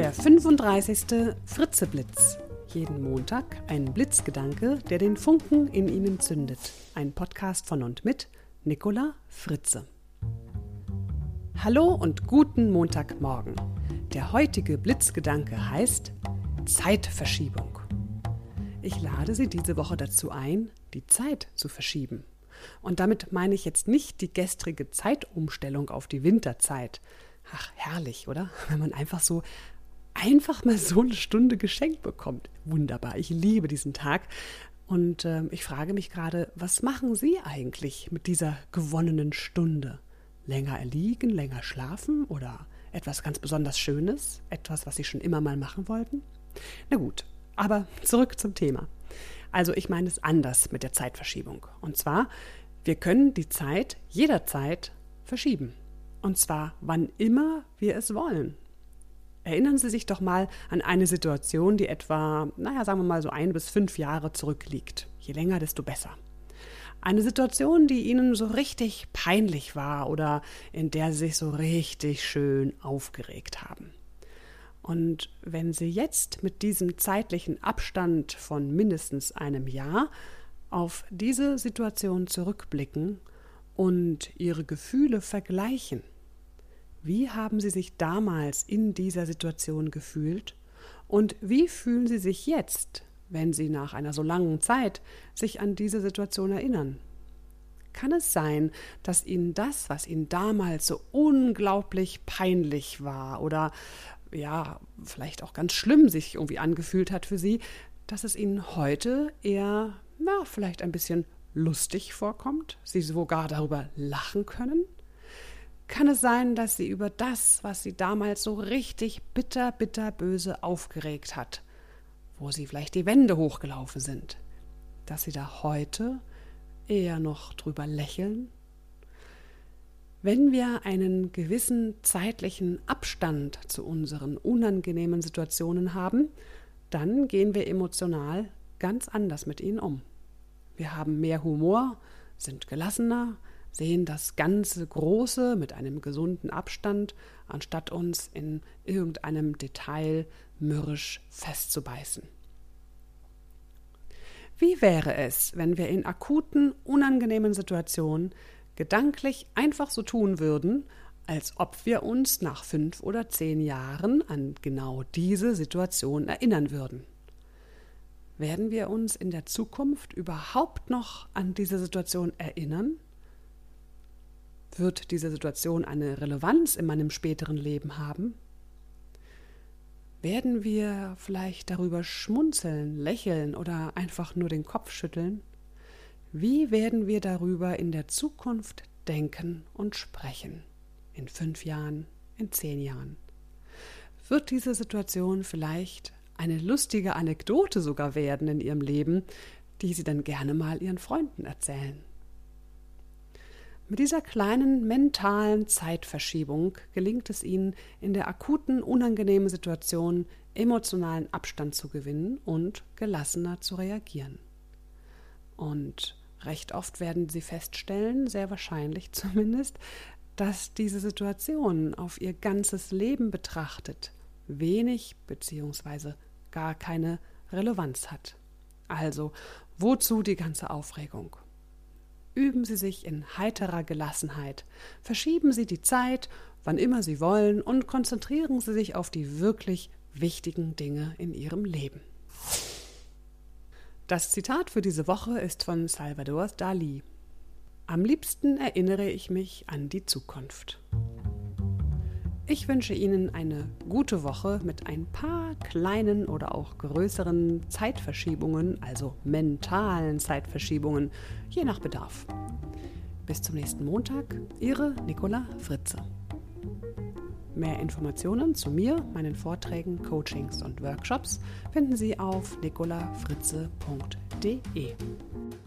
Der 35. Fritzeblitz. Jeden Montag ein Blitzgedanke, der den Funken in Ihnen zündet. Ein Podcast von und mit Nicola Fritze. Hallo und guten Montagmorgen. Der heutige Blitzgedanke heißt Zeitverschiebung. Ich lade Sie diese Woche dazu ein, die Zeit zu verschieben. Und damit meine ich jetzt nicht die gestrige Zeitumstellung auf die Winterzeit. Ach, herrlich, oder? Wenn man einfach mal so eine Stunde geschenkt bekommt. Wunderbar, ich liebe diesen Tag. Und ich frage mich gerade, was machen Sie eigentlich mit dieser gewonnenen Stunde? Länger erliegen, länger schlafen oder etwas ganz besonders Schönes? Etwas, was Sie schon immer mal machen wollten? Na gut, aber zurück zum Thema. Also ich meine es anders mit der Zeitverschiebung. Und zwar, wir können die Zeit jederzeit verschieben. Und zwar, wann immer wir es wollen. Erinnern Sie sich doch mal an eine Situation, die etwa, sagen wir mal so 1 bis 5 Jahre zurückliegt. Je länger, desto besser. Eine Situation, die Ihnen so richtig peinlich war oder in der Sie sich so richtig schön aufgeregt haben. Und wenn Sie jetzt mit diesem zeitlichen Abstand von mindestens einem Jahr auf diese Situation zurückblicken und Ihre Gefühle vergleichen, wie haben Sie sich damals in dieser Situation gefühlt und wie fühlen Sie sich jetzt, wenn Sie nach einer so langen Zeit sich an diese Situation erinnern? Kann es sein, dass Ihnen das, was Ihnen damals so unglaublich peinlich war oder vielleicht auch ganz schlimm sich irgendwie angefühlt hat für Sie, dass es Ihnen heute eher, vielleicht ein bisschen lustig vorkommt, Sie sogar darüber lachen können? Kann es sein, dass Sie über das, was Sie damals so richtig bitterböse aufgeregt hat, wo Sie vielleicht die Wände hochgelaufen sind, dass Sie da heute eher noch drüber lächeln? Wenn wir einen gewissen zeitlichen Abstand zu unseren unangenehmen Situationen haben, dann gehen wir emotional ganz anders mit ihnen um. Wir haben mehr Humor, sind gelassener, sehen das ganze Große mit einem gesunden Abstand, anstatt uns in irgendeinem Detail mürrisch festzubeißen. Wie wäre es, wenn wir in akuten, unangenehmen Situationen gedanklich einfach so tun würden, als ob wir uns nach 5 oder 10 Jahren an genau diese Situation erinnern würden? Werden wir uns in der Zukunft überhaupt noch an diese Situation erinnern? Wird diese Situation eine Relevanz in meinem späteren Leben haben? Werden wir vielleicht darüber schmunzeln, lächeln oder einfach nur den Kopf schütteln? Wie werden wir darüber in der Zukunft denken und sprechen? In 5 Jahren, in 10 Jahren? Wird diese Situation vielleicht eine lustige Anekdote sogar werden in Ihrem Leben, die Sie dann gerne mal Ihren Freunden erzählen? Mit dieser kleinen mentalen Zeitverschiebung gelingt es Ihnen, in der akuten, unangenehmen Situation emotionalen Abstand zu gewinnen und gelassener zu reagieren. Und recht oft werden Sie feststellen, sehr wahrscheinlich zumindest, dass diese Situation auf Ihr ganzes Leben betrachtet wenig bzw. gar keine Relevanz hat. Also, wozu die ganze Aufregung? Üben Sie sich in heiterer Gelassenheit, verschieben Sie die Zeit, wann immer Sie wollen, und konzentrieren Sie sich auf die wirklich wichtigen Dinge in Ihrem Leben. Das Zitat für diese Woche ist von Salvador Dalí. Am liebsten erinnere ich mich an die Zukunft. Ich wünsche Ihnen eine gute Woche mit ein paar kleinen oder auch größeren Zeitverschiebungen, also mentalen Zeitverschiebungen, je nach Bedarf. Bis zum nächsten Montag, Ihre Nicola Fritze. Mehr Informationen zu mir, meinen Vorträgen, Coachings und Workshops finden Sie auf nicolafritze.de.